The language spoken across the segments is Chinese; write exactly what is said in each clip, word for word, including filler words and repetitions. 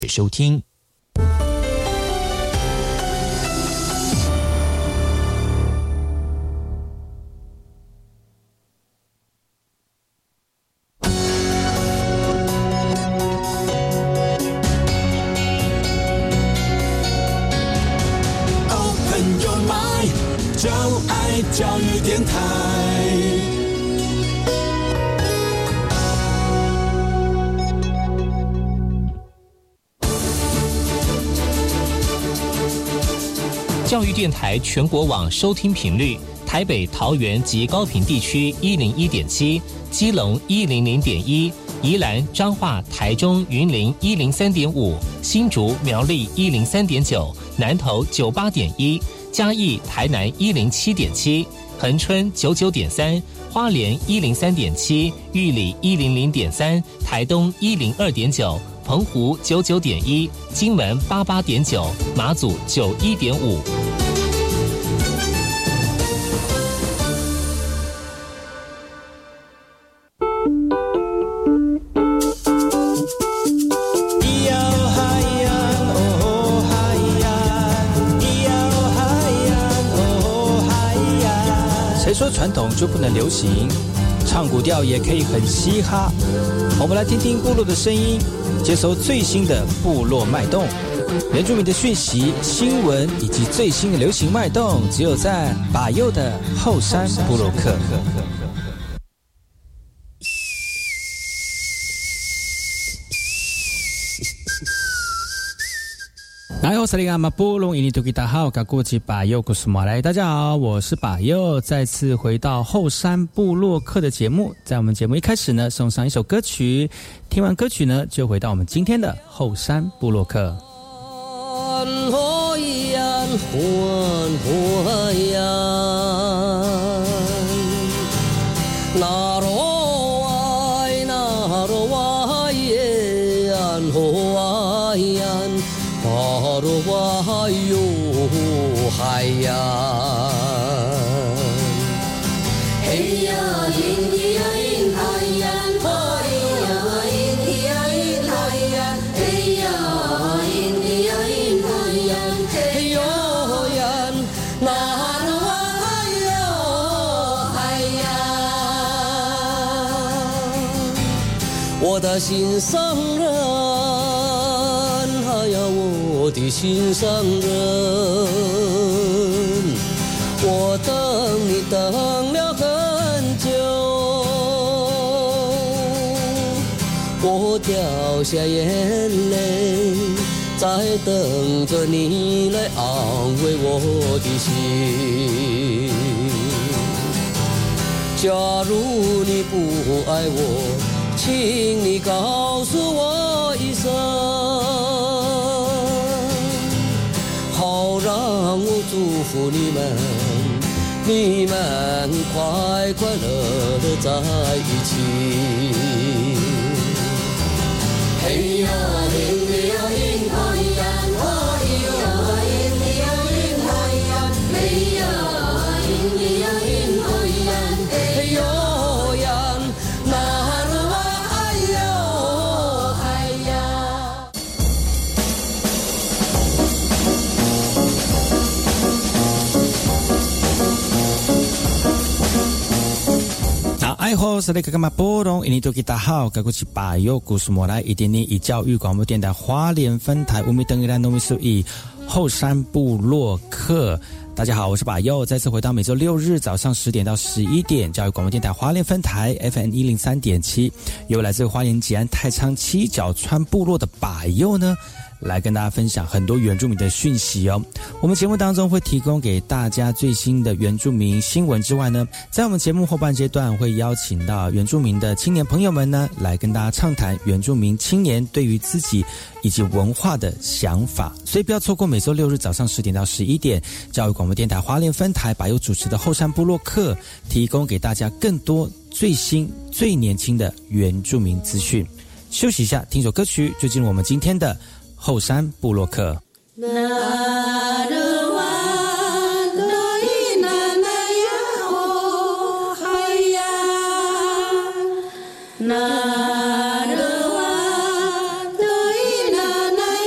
收听。 教育电台， 教育电台全国网收听频率：台北、桃园及高屏地区一零一点七，基隆一零零点一，宜兰、彰化、台中、云林一零三点五，新竹、苗栗一零三点九，南投九八点一。嘉义、台南一零七点七，恒春九九点三，花莲一零三点七，玉里一零零点三，台东一零二点九，澎湖九九点一，金门八八点九，马祖九一点五。 说传统就不能流行，唱古调也可以很嘻哈。我们来听听部落的声音，接收最新的部落脉动、原住民的讯息、新闻以及最新的流行脉动，只有在把右的后山部落客。来，我是利亚马布隆伊尼图吉达好，嘎古吉巴佑古斯马来，大家好，我是巴佑，再次回到后山部落客的节目。在我们节目一开始呢，送上一首歌曲，听完歌曲呢，就回到我们今天的后山部落客。 我的心上人，哎呀，我的心上人，我等你等了很久，我掉下眼泪，在等着你来安慰我的心。假如你不爱我，请你告诉我一声，好让我祝福你们，你们快快乐乐在一起。嘿呀，嘿呀，嘿呀，嘿呀，嘿呀，嘿呀，嘿呀，嘿呀，嘿呀，嘿呀。 爱好是那个干嘛波隆，印尼多吉大好，该过去把右古苏莫来一点点以教育广播电台花莲分台乌米登伊兰农米苏以后山部落客。大家好，我是把右，再次回到每周六日早上十点到十一点，教育广播电台花莲分台 F M 一零三点七，由来自花莲吉安太仓七角川部落的把右呢，来跟大家分享很多原住民的讯息哦。我们节目当中会提供给大家最新的原住民新闻之外呢，在我们节目后半阶段会邀请到原住民的青年朋友们呢，来跟大家畅谈原住民青年对于自己以及文化的想法。所以不要错过每周六日早上十点到十一点，教育广播电台花莲分台把由主持的后山部落客，提供给大家更多最新最年轻的原住民资讯。休息一下，听首歌曲，就进入我们今天的后山部落客。 那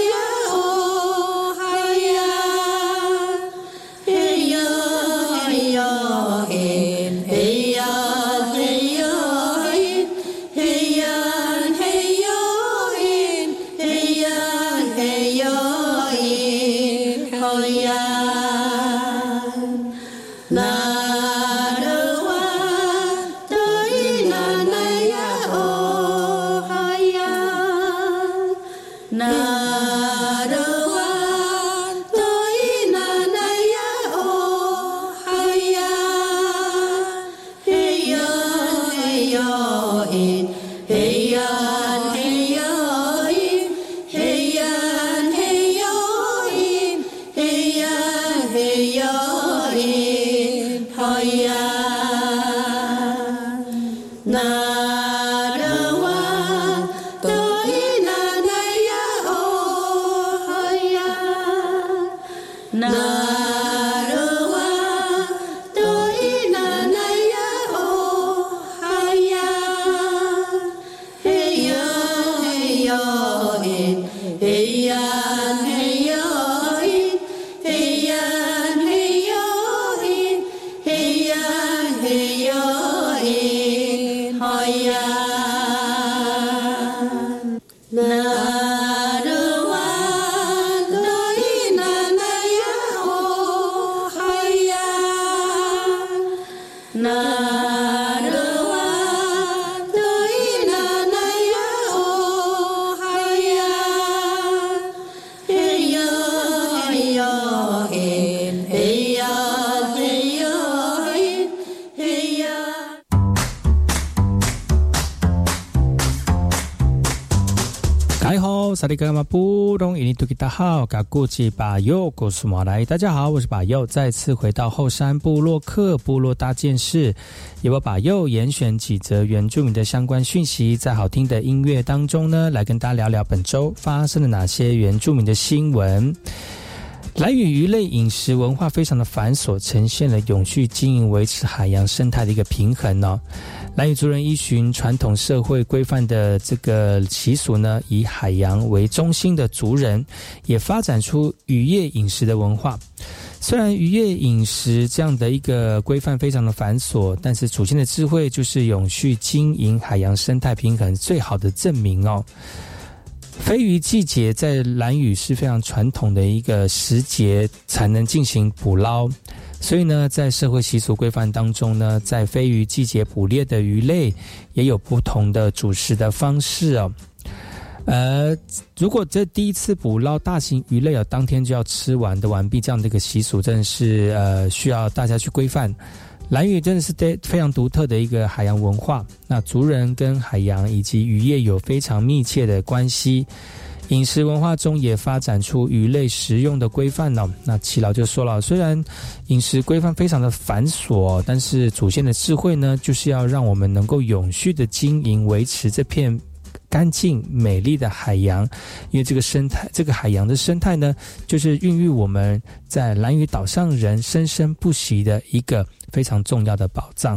萨利格玛布隆伊尼图吉达好，嘎古吉巴佑古苏马来，大家好，我是巴佑，再次回到后山部落客部落大件事，由我巴佑严选几则原住民的相关讯息，在好听的音乐当中呢，来跟大家聊聊本周发生了哪些原住民的新闻。兰屿鱼类饮食文化非常的繁琐，呈现了永续经营、维持海洋生态的一个平衡哦。兰屿族人依循传统社会规范的这个习俗呢，以海洋为中心的族人，也发展出渔业饮食的文化。虽然渔业饮食这样的一个规范非常的繁琐，但是祖先的智慧就是永续经营海洋生态平衡最好的证明哦。飞鱼季节在兰屿是非常传统的一个时节才能进行捕捞，所以呢，在社会习俗规范当中呢，在飞鱼季节捕猎的鱼类也有不同的煮食的方式哦。呃，如果这第一次捕捞大型鱼类啊，当天就要吃完的完毕，这样的一个习俗真的是呃需要大家去规范。兰屿真的是非常独特的一个海洋文化，那族人跟海洋以及渔业有非常密切的关系。饮食文化中也发展出鱼类食用的规范哦。那耆老就说了，虽然饮食规范非常的繁琐，但是祖先的智慧呢，就是要让我们能够永续的经营，维持这片干净美丽的海洋。因为这个生态，这个海洋的生态呢，就是孕育我们在兰屿岛上人生生不息的一个非常重要的宝藏。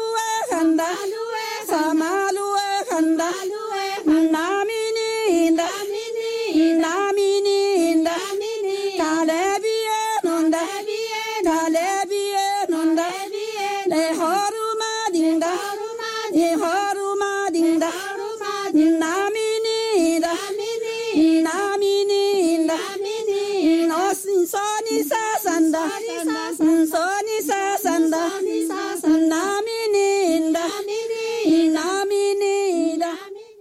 Namini 나미니다 나미니다 어신 선이 사산다 선이 사산다 나미니다 나미니다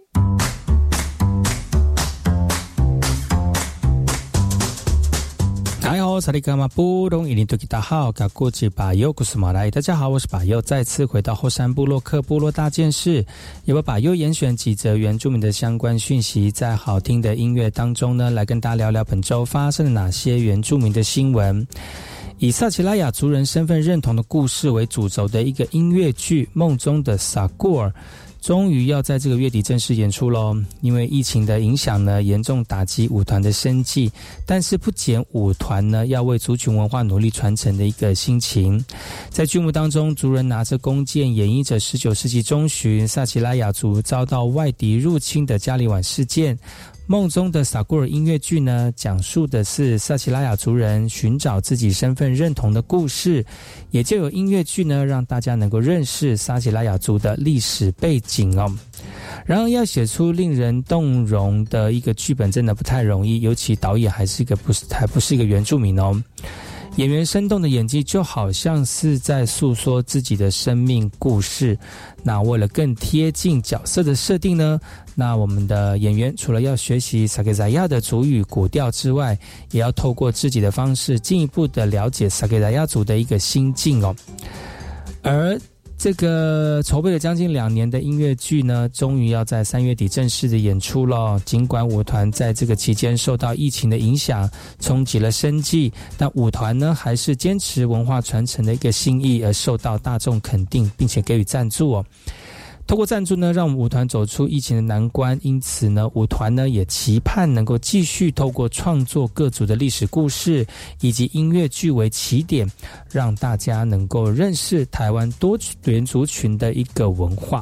大家好，萨利格马布隆伊林多吉达好，嘎古吉巴尤古斯马来。大家好，我是巴尤，再次回到后山部落克部落大件事，也为巴尤严选几则原住民的相关讯息，在好听的音乐当中呢，来跟大家聊聊本周发生了哪些原住民的新闻。以萨奇拉雅族人身份认同的故事为主轴的一个音乐剧《梦中的萨古尔》。终于要在这个月底正式演出咯，因为疫情的影响呢，严重打击舞团的生计，但是不减舞团呢要为族群文化努力传承的一个心情。在剧目当中，族人拿着弓箭演绎着十九世纪中旬萨奇拉雅族遭到外敌入侵的加里晚事件。梦中的萨古尔音乐剧呢，讲述的是萨奇拉雅族人寻找自己身份认同的故事，也就有音乐剧呢，让大家能够认识萨奇拉雅族的历史背景哦。然而，要写出令人动容的一个剧本，真的不太容易，尤其导演还是一个不是还不是一个原住民哦。演员生动的演技就好像是在诉说自己的生命故事。那为了更贴近角色的设定呢，那我们的演员除了要学习萨克扎亚的族语古调之外，也要透过自己的方式进一步的了解萨克扎亚族的一个心境哦。而这个筹备了将近两年的音乐剧呢，终于要在三月底正式的演出了。尽管舞团在这个期间受到疫情的影响，冲击了生计，但舞团呢还是坚持文化传承的一个心意，而受到大众肯定，并且给予赞助哦。透过赞助呢，让我们舞团走出疫情的难关，因此呢，舞团呢也期盼能够继续透过创作各族的历史故事以及音乐剧为起点，让大家能够认识台湾多元族群的一个文化。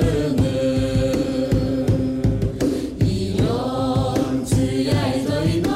Soy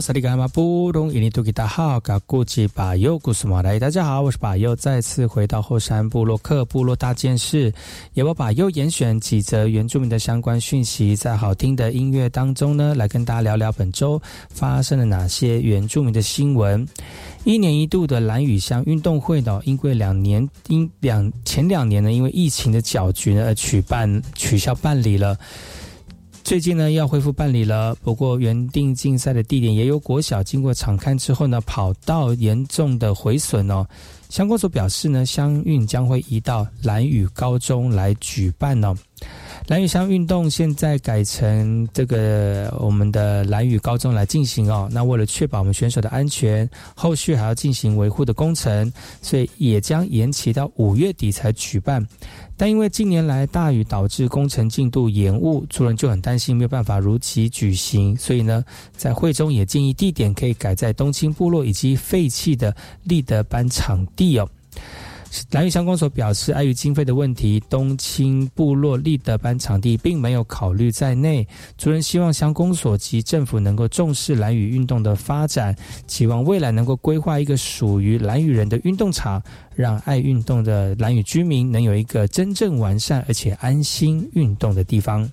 萨利嘎马布隆伊尼图吉达好，嘎古吉巴尤古斯马来，大家好，我是巴尤，再次回到后山部落克部落大件事，也我巴尤严选几则原住民的相关讯息，在好听的音乐当中呢，来跟大家聊聊本周发生了哪些原住民的新闻。一年一度的兰屿乡运动会呢，因为两年因两前两年呢，因为疫情的搅局呢，而取办取消办理了。最近呢要恢复办理了，不过原定竞赛的地点也有国小经过场勘之后呢，跑道严重的毁损哦。乡公所表示呢，乡运将会移到兰屿高中来举办哦。兰屿乡运动现在改成这个我们的兰屿高中来进行哦。那为了确保我们选手的安全，后续还要进行维护的工程，所以也将延期到五月底才举办。但因为近年来大雨导致工程进度延误，族人就很担心没有办法如期举行，所以呢，在会中也建议地点可以改在东清部落以及废弃的立德班场地哦。兰屿乡公所表示，碍于经费的问题，东清部落立德班场地并没有考虑在内。族人希望乡公所及政府能够重视兰屿运动的发展，期望未来能够规划一个属于兰屿人的运动场，让爱运动的兰屿居民能有一个真正完善而且安心运动的地方。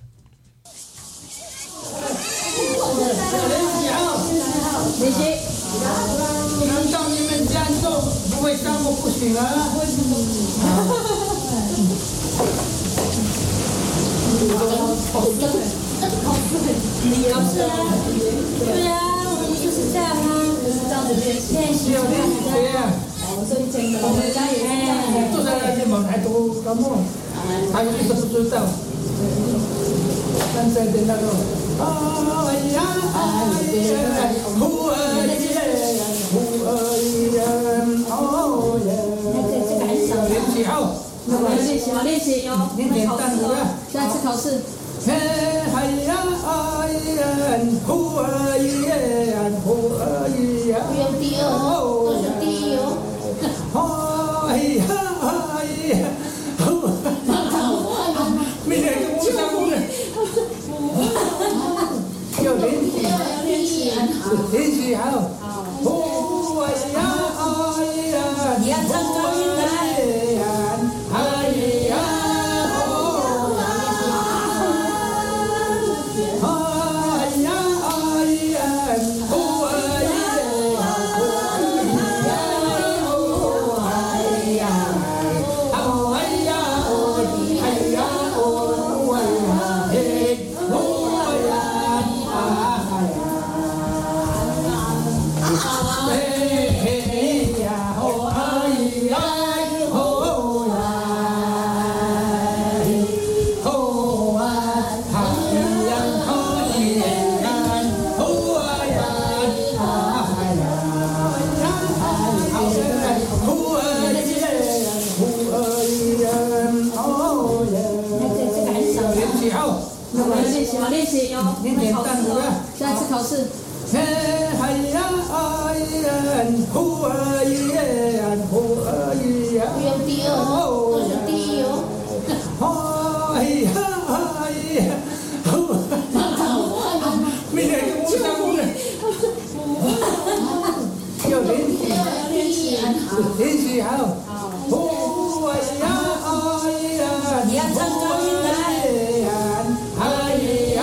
那些不能到你们家做，不会上我不行啊！为什么？ 考试啊，对啊，我们就是这样啊，就是这样子练习，练习要练习谁啊？ 所以真的，我们家也是这样。 坐在那里嘛，还读高梦，还有一个不知道。三岁的那个，哎呀哎呀，呼儿耶，呼儿耶，哦耶。 这个很少。 练习好。 练习，练习有。 练点蛋子啊。 下次考试。 嘿哎呀哎呀，呼儿耶，呼儿耶。 不用第二哦，都是第一哦。 哎呀哎呀，呼。明天就不上工了。要练习， 练习很好。 练习好。呼哎呀哎呀， 你要唱高音来。 哎呀哦，哎呀哎呀，呼哎呀，呼哎呀哦哎呀，哦哎呀哦哎呀哦哎呀嘿，哦哎呀哎呀。嘿嘿呀，哦哎呀，哦呀，哦啊，太阳好起来，哦呀，哎呀，好起来，哦耶，哦耶，哦耶，练习好， 练习嘛，练习有。 练点蛋子啊。 下次考试。 嘿哎呀哎呀，呼儿耶，呼儿耶。 不用第二哦，都是第一哦。 哎呀哎呀，明天就不上工了。要练习， 练习很好。 练习好。呼哎呀哎呀， 你要唱高音来。 哎呀。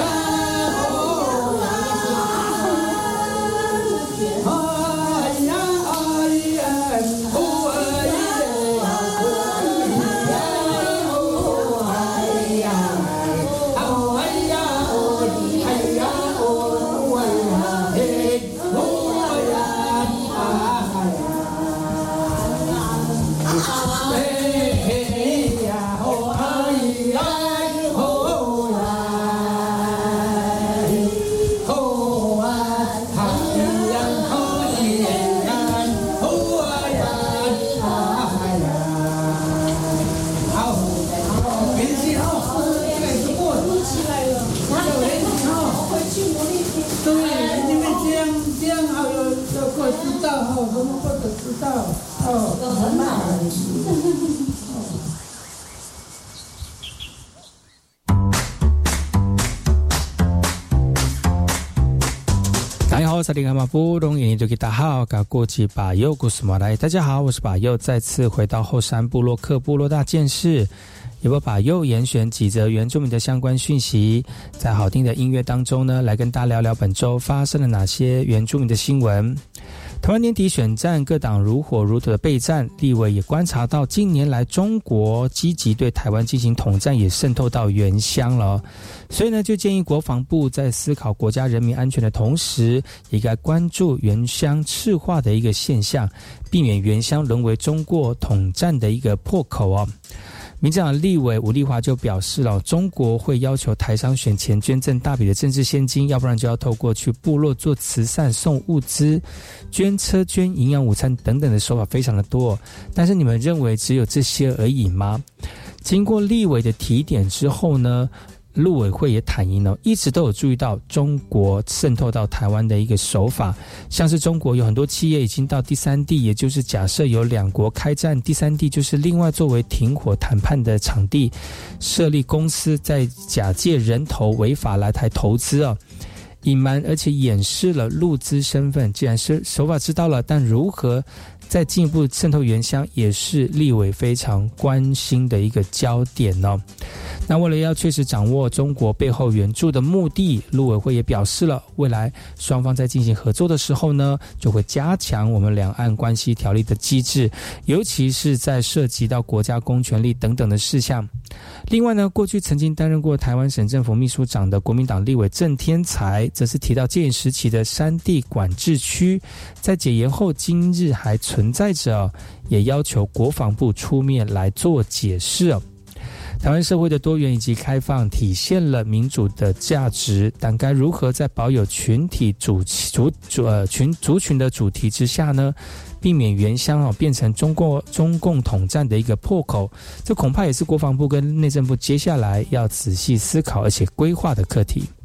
萨利卡马布隆伊尼多吉达好，嘎过去巴佑古斯马来，大家好，我是巴佑，再次回到后山部落克部落大件事，也为巴佑严选几则原住民的相关讯息，在好听的音乐当中呢，来跟大家聊聊本周发生了哪些原住民的新闻。台湾年底选战，各党如火如荼的备战，立委也观察到近年来中国积极对台湾进行统战，也渗透到原乡了、哦，所以呢，就建议国防部在思考国家人民安全的同时，也该关注原乡赤化的一个现象，避免原乡沦为中国统战的一个破口哦。民进党立委吴立华就表示了，中国会要求台商选前捐赠大笔的政治现金，要不然就要透过去部落做慈善、送物资、捐车、捐营养午餐等等的手法非常的多。但是你们认为只有这些而已吗？经过立委的提点之后呢，陆委会也坦言了，一直都有注意到中国渗透到台湾的一个手法，像是中国有很多企业已经到第三地，也就是假设有两国开战，第三地就是另外作为停火谈判的场地，设立公司，在假借人头违法来台投资哦，隐瞒而且掩饰了陆资身份。既然是手法知道了，但如何再进一步渗透原乡，也是立委非常关心的一个焦点哦。那为了要确实掌握中国背后援助的目的，陆委会也表示了，未来双方在进行合作的时候呢，就会加强我们两岸关系条例的机制，尤其是在涉及到国家公权力等等的事项。另外呢，过去曾经担任过台湾省政府秘书长的国民党立委郑天才，则是提到戒严时期的山地管制区，在解严后今日还存在着、哦，也要求国防部出面来做解释哦。台湾社会的多元以及开放体现了民主的价值，但该如何在保有群体主主主呃群族群的主题之下呢，避免原乡哦变成中共中共统战的一个破口，这恐怕也是国防部跟内政部接下来要仔细思考而且规划的课题。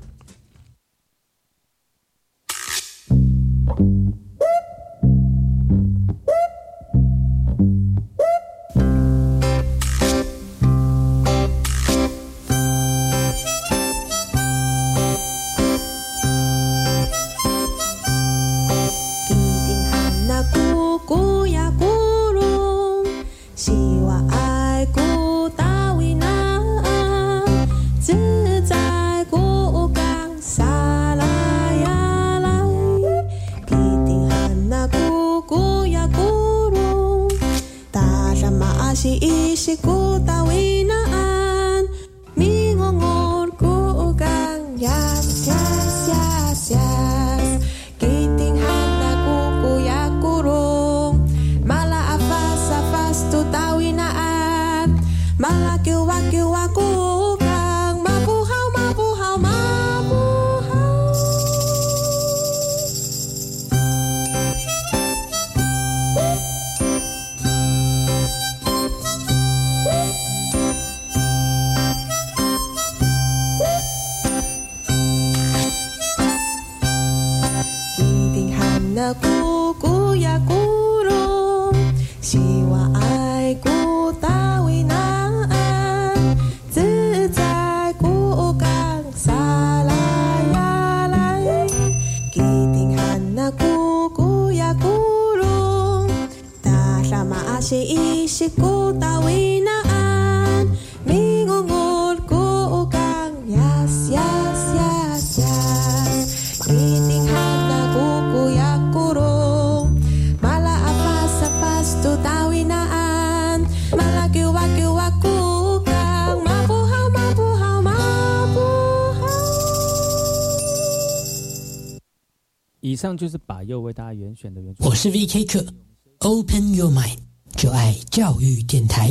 以上就是把右为大家原选的原我是 V K 客 Open Your Mind， 就爱教育电台。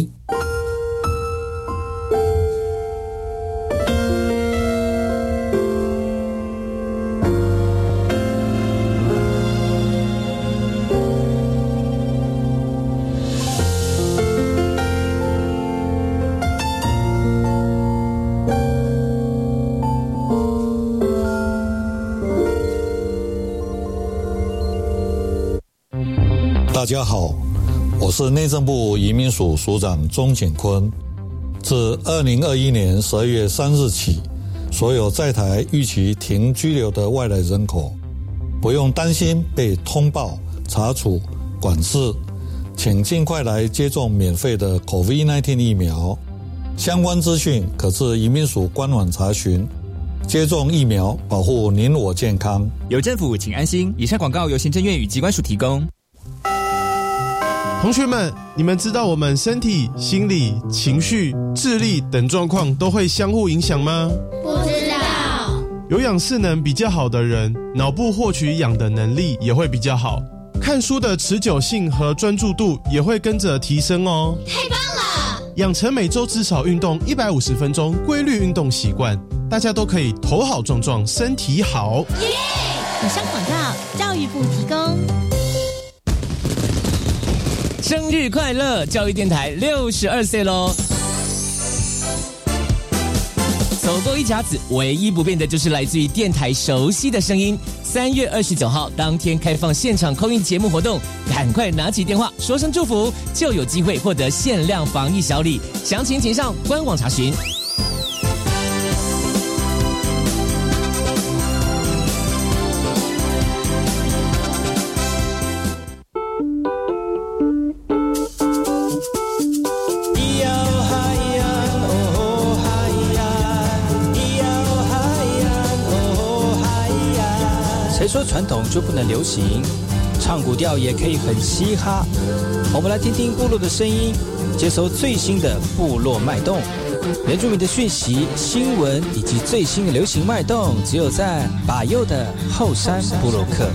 大家好，我是内政部移民署署长钟景坤。自二零二一年十二月三日起，所有在台预期停居留的外来人口， 不用担心被通报、查处、管制，请尽快来接种免费的 COVID 十九 疫苗。相关资讯可至移民署官网查询。接种疫苗，保护您我健康。 有政府，请安心。以上广告由行政院与疾管署提供。 同学们，你们知道我们身体、心理、情绪、智力等状况都会相互影响吗？ 不知道。 有氧势能比较好的人，脑部获取氧的能力也会比较好，看书的持久性和专注度也会跟着提升哦。 太棒了！ 养成每周至少运动一百五十分钟规律运动习惯，大家都可以头好壮壮，身体好。 耶！以上广告，教育部提供。 生日快乐！教育电台六十二岁喽！走过一甲子，唯一不变的就是来自于电台熟悉的声音。三月二十九号当天开放现场call in节目活动，赶快拿起电话说声祝福，就有机会获得限量防疫小礼。详情请上官网查询。 谁说传统就不能流行？唱古调也可以很嘻哈。我们来听听部落的声音，接收最新的部落脉动、原住民的讯息、新闻以及最新的流行脉动，只有在把右的后山部落客。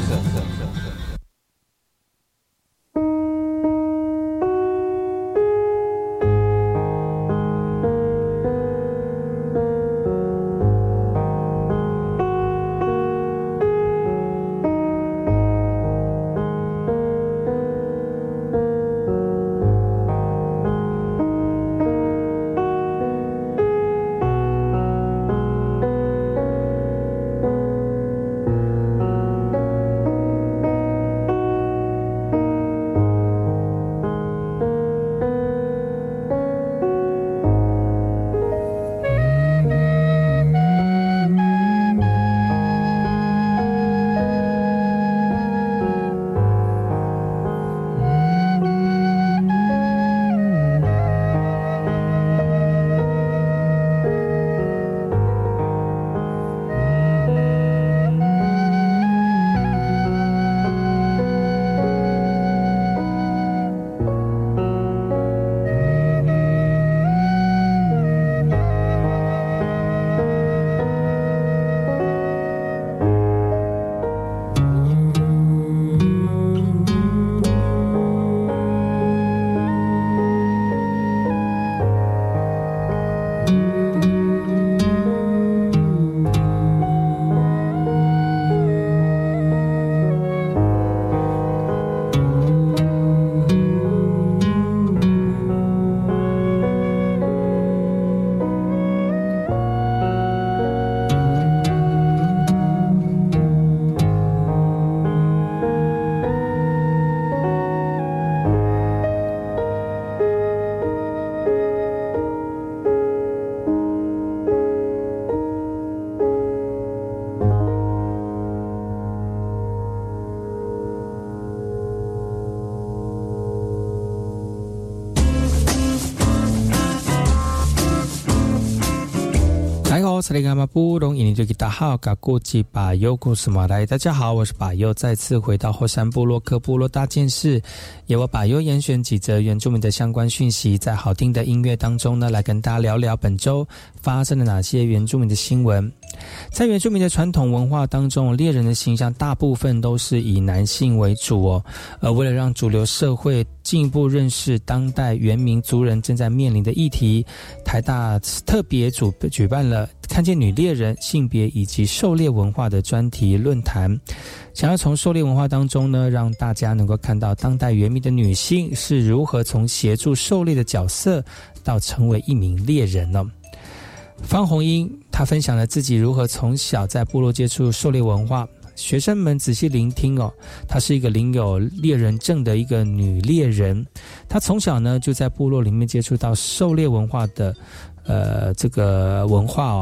大家好，我是把佑，再次回到后山部落客部落大件事，由我把佑严选几则原住民的相关讯息，在好听的音乐当中呢，来跟大家聊聊本周发生了哪些原住民的新闻。在原住民的传统文化当中，猎人的形象大部分都是以男性为主哦，而为了让主流社会进一步认识当代原民族人正在面临的议题，台大特别主举办了看见女猎人性别以及狩猎文化的专题论坛，想要从狩猎文化当中呢，让大家能够看到当代原民的女性是如何从协助狩猎的角色到成为一名猎人呢。方红英她分享了自己如何从小在部落接触狩猎文化，学生们仔细聆听哦，她是一个领有猎人证的一个女猎人，她从小呢就在部落里面接触到狩猎文化的呃这个文化哦，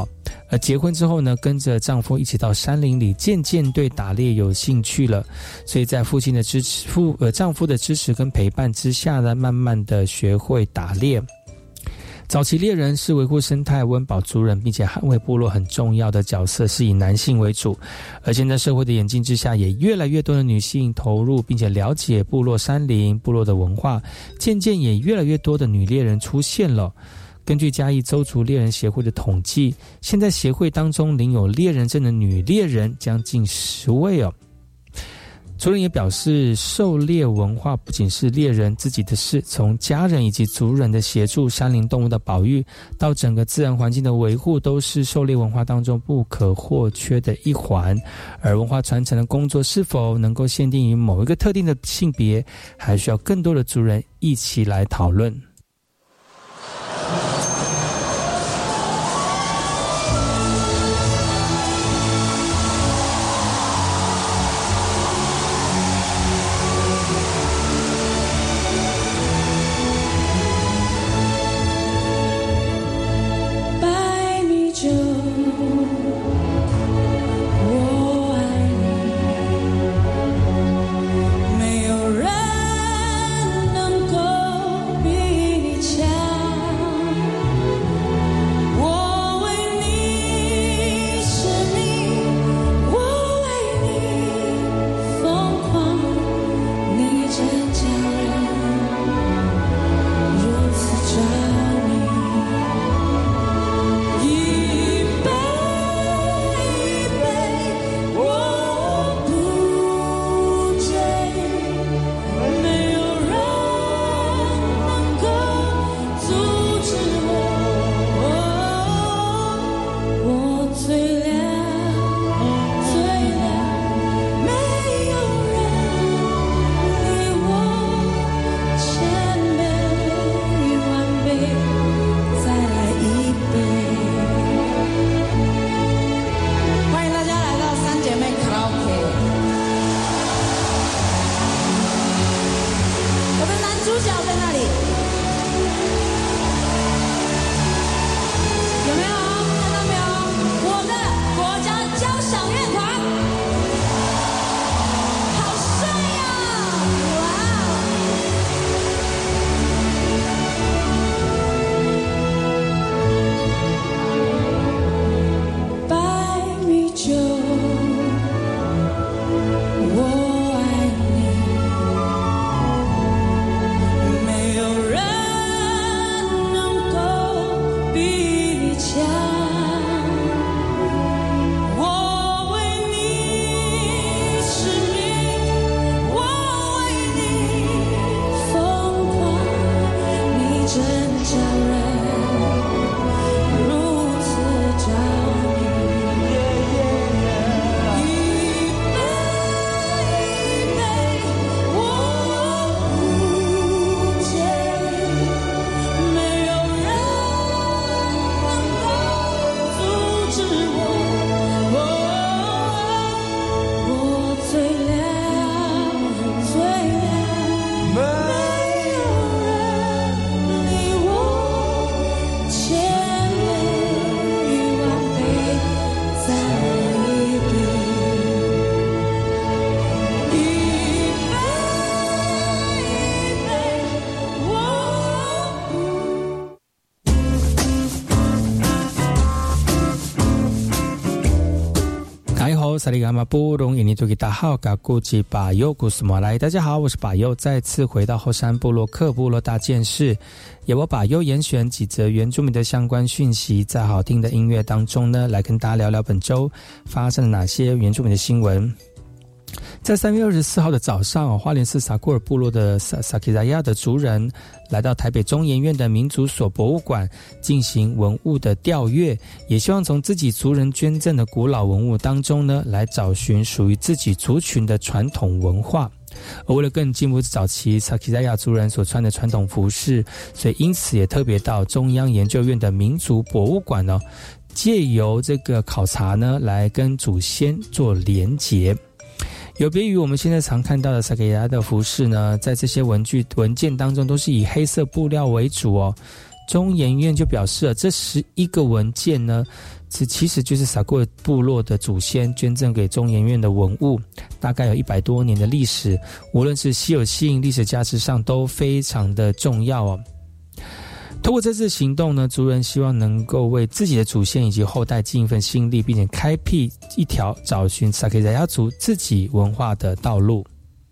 而结婚之后呢，跟着丈夫一起到山林里，渐渐对打猎有兴趣了。所以在父亲的支持、父呃丈夫的支持跟陪伴之下呢，慢慢的学会打猎。早期猎人是维护生态、温饱族人，并且捍卫部落很重要的角色，是以男性为主。而现在社会的演进之下，也越来越多的女性投入，并且了解部落山林、部落的文化，渐渐也越来越多的女猎人出现了。根据嘉义邹族猎人协会的统计，现在协会当中领有猎人证的女猎人将近十位哦。族人也表示，狩猎文化不仅是猎人自己的事，从家人以及族人的协助、山林动物的保育，到整个自然环境的维护，都是狩猎文化当中不可或缺的一环。而文化传承的工作是否能够限定于某一个特定的性别，还需要更多的族人一起来讨论。萨利伽马布隆印尼多吉大号嘎古吉巴尤古斯马来，大家好，我是巴尤，再次回到后山部落克部落大件事，由我巴尤严选几则原住民的相关讯息，在好听的音乐当中呢，来跟大家聊聊本周发生了哪些原住民的新闻。在三月二十四号的早上，花莲市萨库尔部落的萨萨基扎亚的族人来到台北中研院的民族所博物馆进行文物的调阅，也希望从自己族人捐赠的古老文物当中呢，来找寻属于自己族群的传统文化。而为了更进一步早期萨基扎亚族人所穿的传统服饰，所以因此也特别到中央研究院的民族博物馆呢，借由这个考察呢，来跟祖先做连结。有别于我们现在常看到的萨克亚的服饰呢，在这些文具文件当中都是以黑色布料为主哦。 中研院就表示了，这十一个文件呢，这其实就是撒过部落的祖先捐赠给中研院的文物，大概有一百多年的历史，无论是稀有性、历史价值上都非常的重要哦。透过这次行动呢，族人希望能够为自己的祖先以及后代尽一份心力，并且开辟一条找寻萨克亚家族自己文化的道路。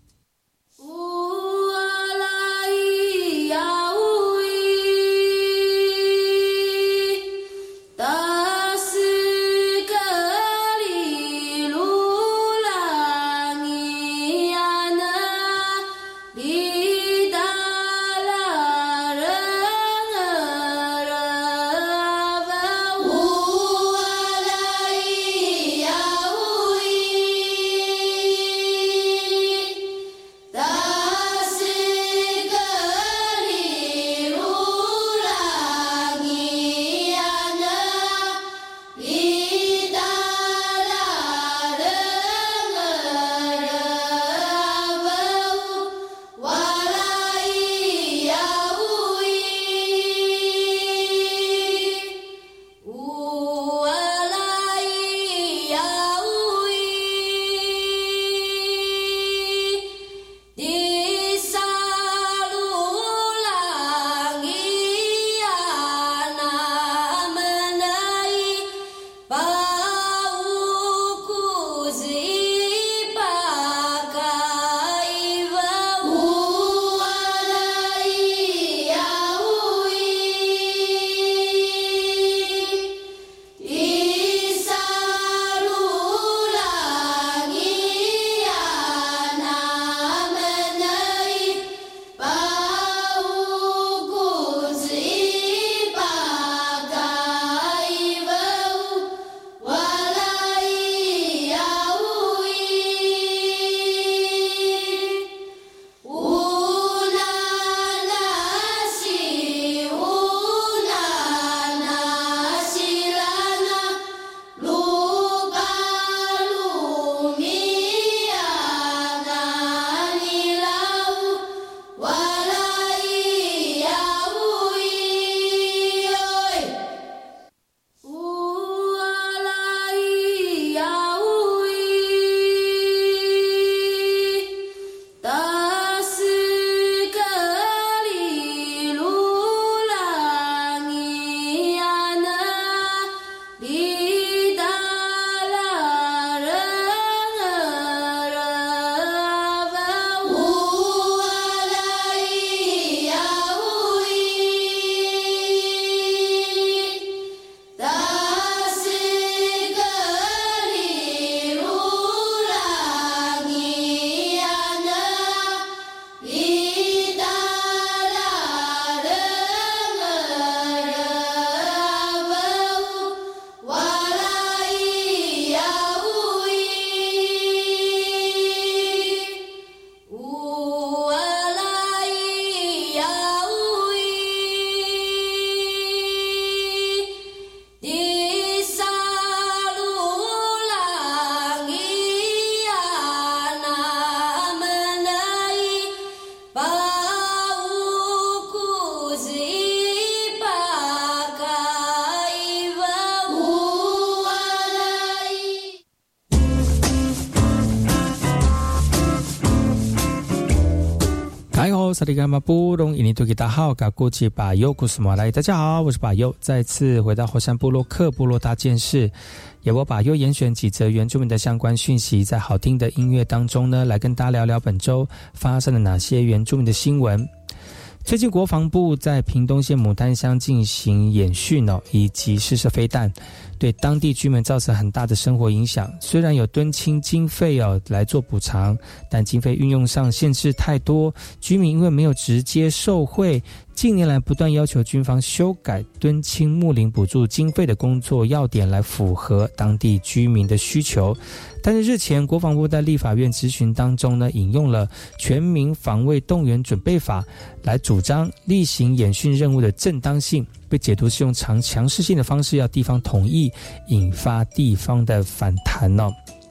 萨利甘马布隆伊尼图吉达好，嘎古吉巴尤古斯马来，大家好，我是巴尤，再次回到火山部落克部落大件事，也我巴尤严选几则原住民的相关讯息，在好听的音乐当中呢，来跟大家聊聊本周发生了哪些原住民的新闻。最近国防部在屏东县牡丹乡进行演训哦，以及试射飞弹，对当地居民造成很大的生活影响。虽然有敦亲经费哦来做补偿，但经费运用上限制太多，居民因为没有直接受惠，近年来不断要求军方修改敦亲睦邻补助经费的工作要点，来符合当地居民的需求。但是日前国防部在立法院质询当中呢，引用了全民防卫动员准备法来主张例行演训任务的正当性，被解读是用强强势性的方式要地方同意，引发地方的反弹哦。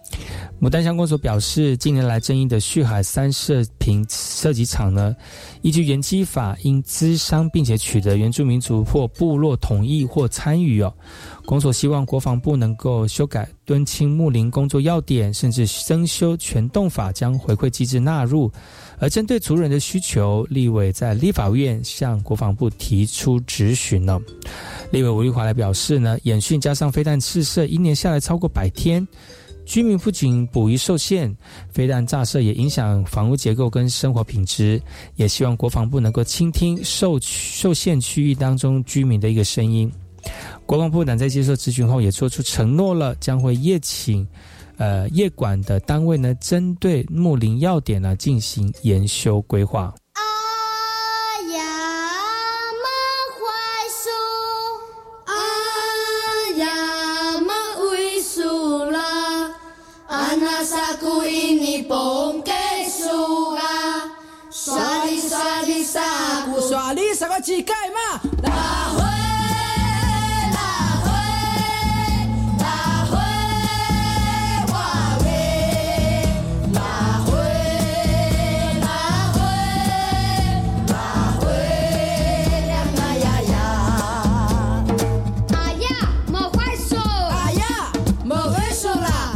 牡丹乡公所表示，近年来争议的旭海三射频射击场呢，依据原基法应咨商并且取得原住民族或部落同意或参与哦。公所希望国防部能够修改敦亲睦邻工作要点，甚至增修全动法，将回馈机制纳入。而针对族人的需求，立委在立法院向国防部提出质询了。立委吴丽华来表示呢，演训加上飞弹试射，一年下来超过百天。居民不仅捕鱼受限，飞弹炸射也影响房屋结构跟生活品质，也希望国防部能够倾听受受限区域当中居民的一个声音。国防部长在接受质询后也做出承诺了，将会夜请呃业管的单位呢，针对睦邻要点呢进行研修规划。 Saku ini bongke suga Swali swali saku Swali saku cikai ma La hui La hui La hui Wa we La hui La hui La hui Liang na ya ya Ayah mau vai su Ayah mau vai su la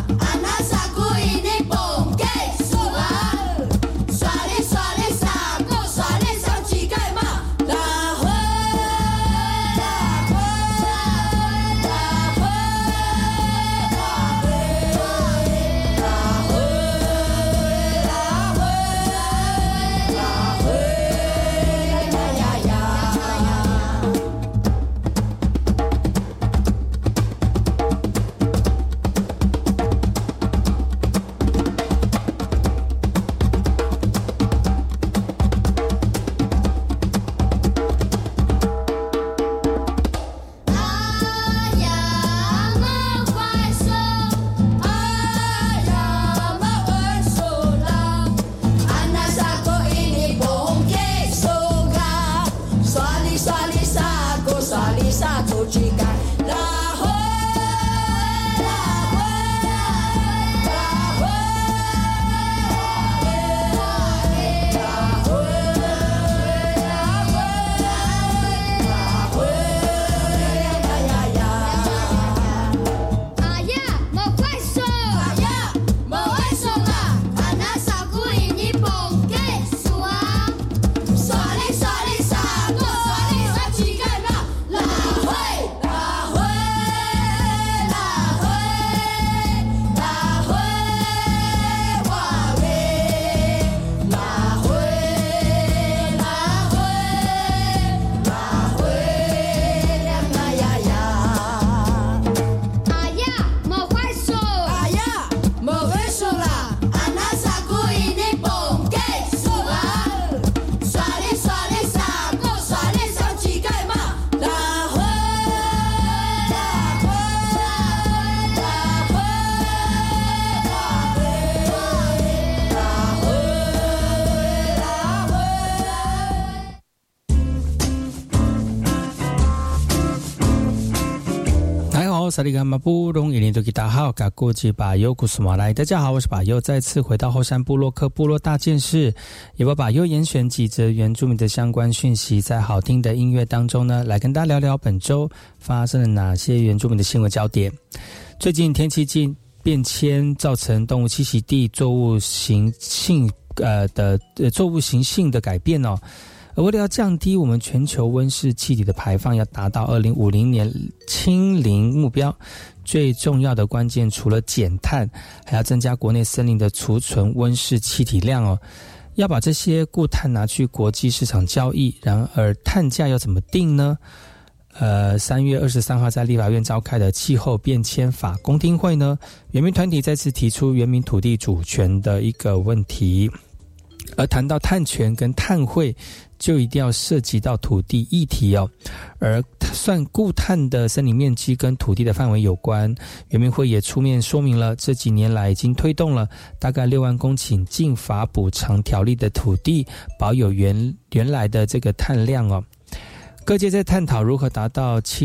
萨利甘马布隆伊林多吉达好，嘎过吉巴尤古苏马来，大家好，我是巴尤，再次回到后山部落克部落大件事，也把巴尤严选几则原住民的相关讯息，在好听的音乐当中呢，来跟大家聊聊本周发生了哪些原住民的新闻焦点。最近天气进变迁，造成动物栖息地作物行性呃的呃作物行性的改变哦。而为了要降低我们全球温室气体的排放，要达到二零五零年清零目标，最重要的关键除了减碳，还要增加国内森林的储存温室气体量哦。要把这些固碳拿去国际市场交易，然而碳价要怎么定呢？呃，三月二十三号在立法院召开的气候变迁法公听会呢，原民团体再次提出原民土地主权的一个问题。而谈到碳权跟碳汇，就一定要涉及到土地议题哦。而算固碳的森林面积跟土地的范围有关，原民会也出面说明了，这几年来已经推动了大概六万公顷禁伐补偿条例的土地，保有原原来的这个碳量哦。各界在探讨如何达到清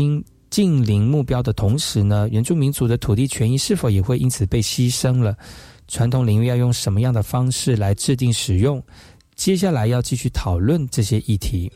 近邻目标的同时呢，原住民族的土地权益是否也会因此被牺牲了？传统领域要用什么样的方式来制定使用？接下来要继续讨论这些议题。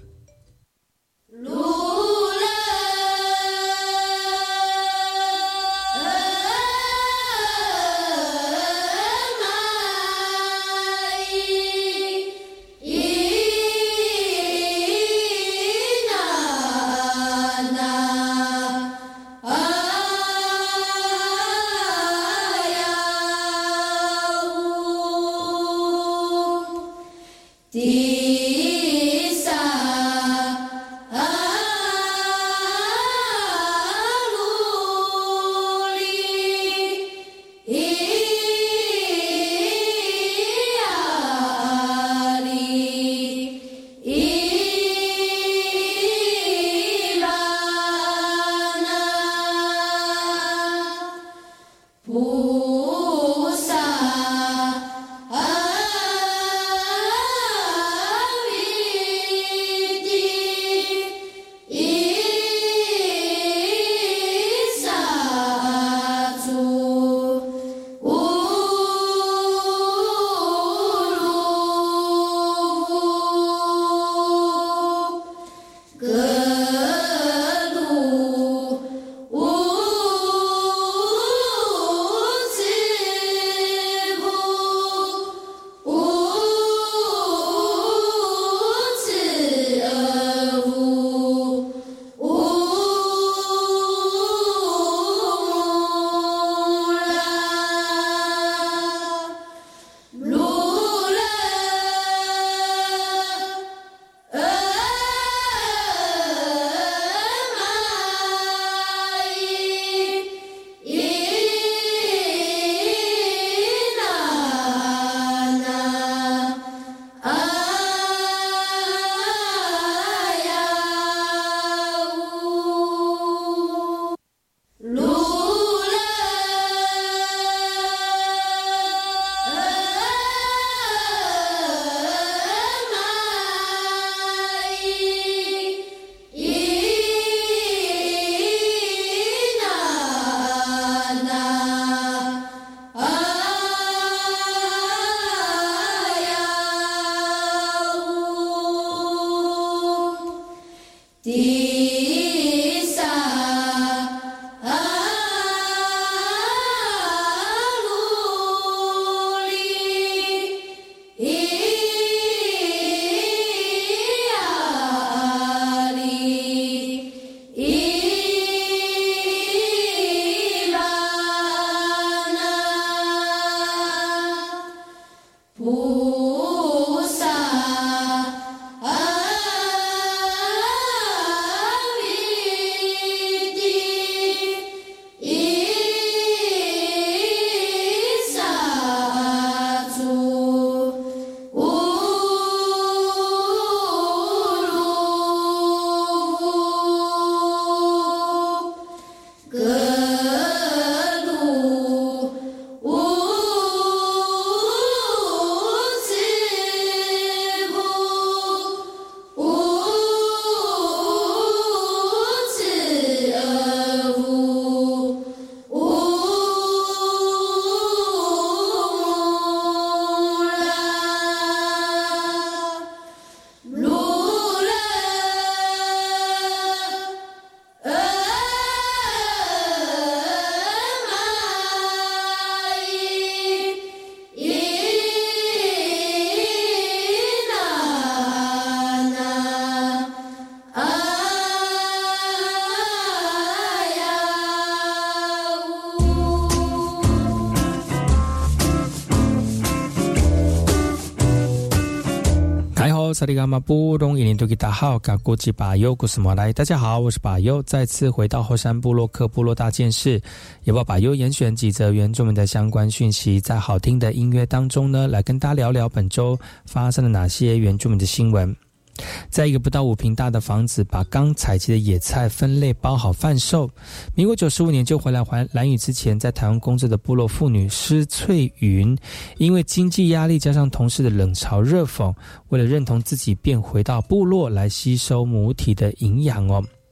萨利伽马布隆伊尼多吉达好，嘎古吉巴尤古斯莫来，大家好，我是巴尤，再次回到后山部落克部落大件事，也把巴尤严选几则原住民的相关讯息，在好听的音乐当中呢，来跟大家聊聊本周发生了哪些原住民的新闻。在一个不到五坪大的房子，把刚采集的野菜分类包好贩售。民国九十五年就回来还兰屿之前，在台湾工作的部落妇女施翠云，因为经济压力加上同事的冷嘲热讽，为了认同自己，便回到部落来吸收母体的营养哦。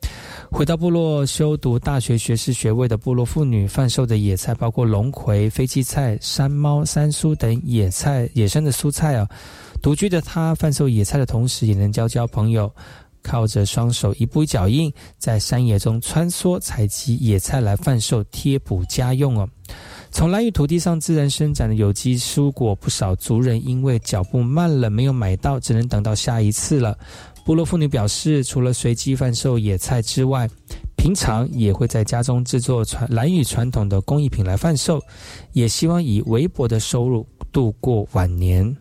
回到部落修读大学学士学位的部落妇女贩售的野菜包括龙葵、飞机菜、山猫、山苏等野菜野生的蔬菜啊。独居的她贩售野菜的同时也能交交朋友，靠着双手一步一脚印在山野中穿梭，采集野菜来贩售贴补家用哦。从兰屿土地上自然生长的有机蔬果，不少族人因为脚步慢了没有买到，只能等到下一次了。部落妇女表示，除了随机贩售野菜之外，平常也会在家中制作传兰屿传统的工艺品来贩售，也希望以微薄的收入度过晚年。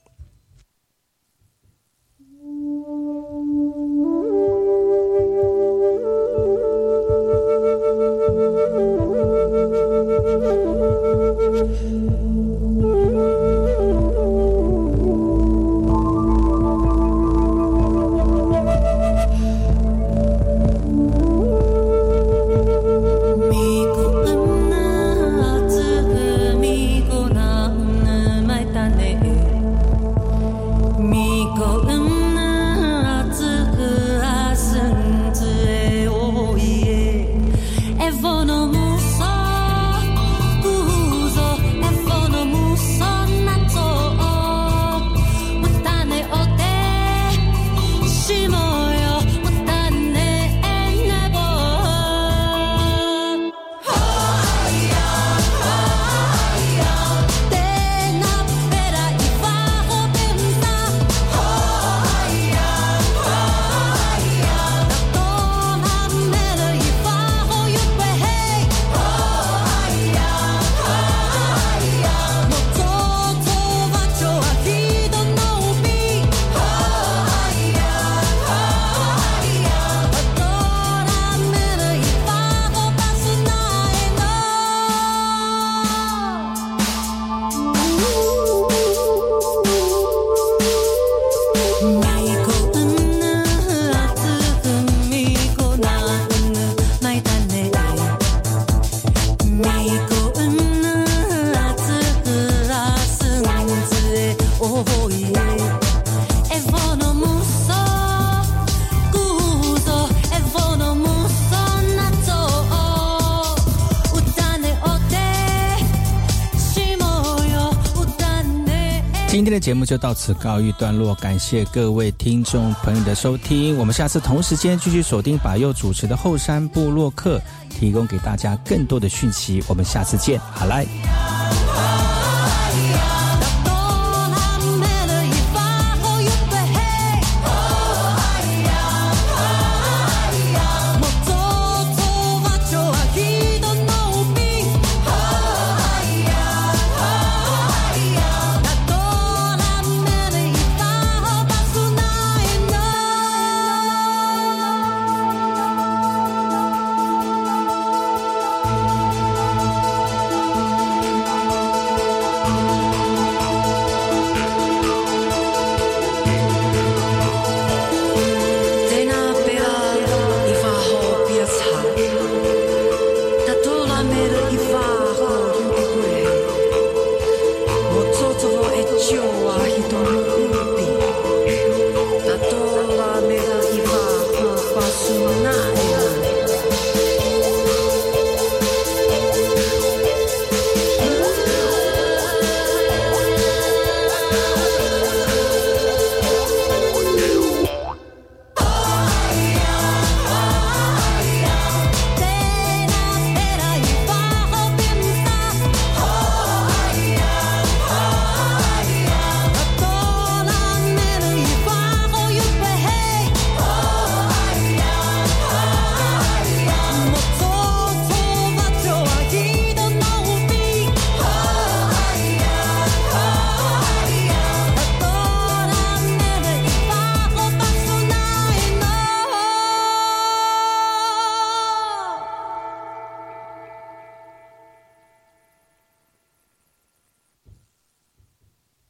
今天的节目就到此告一段落，感谢各位听众朋友的收听，我们下次同时间继续锁定把佑主持的后山部落客，提供给大家更多的讯息，我们下次见，好来。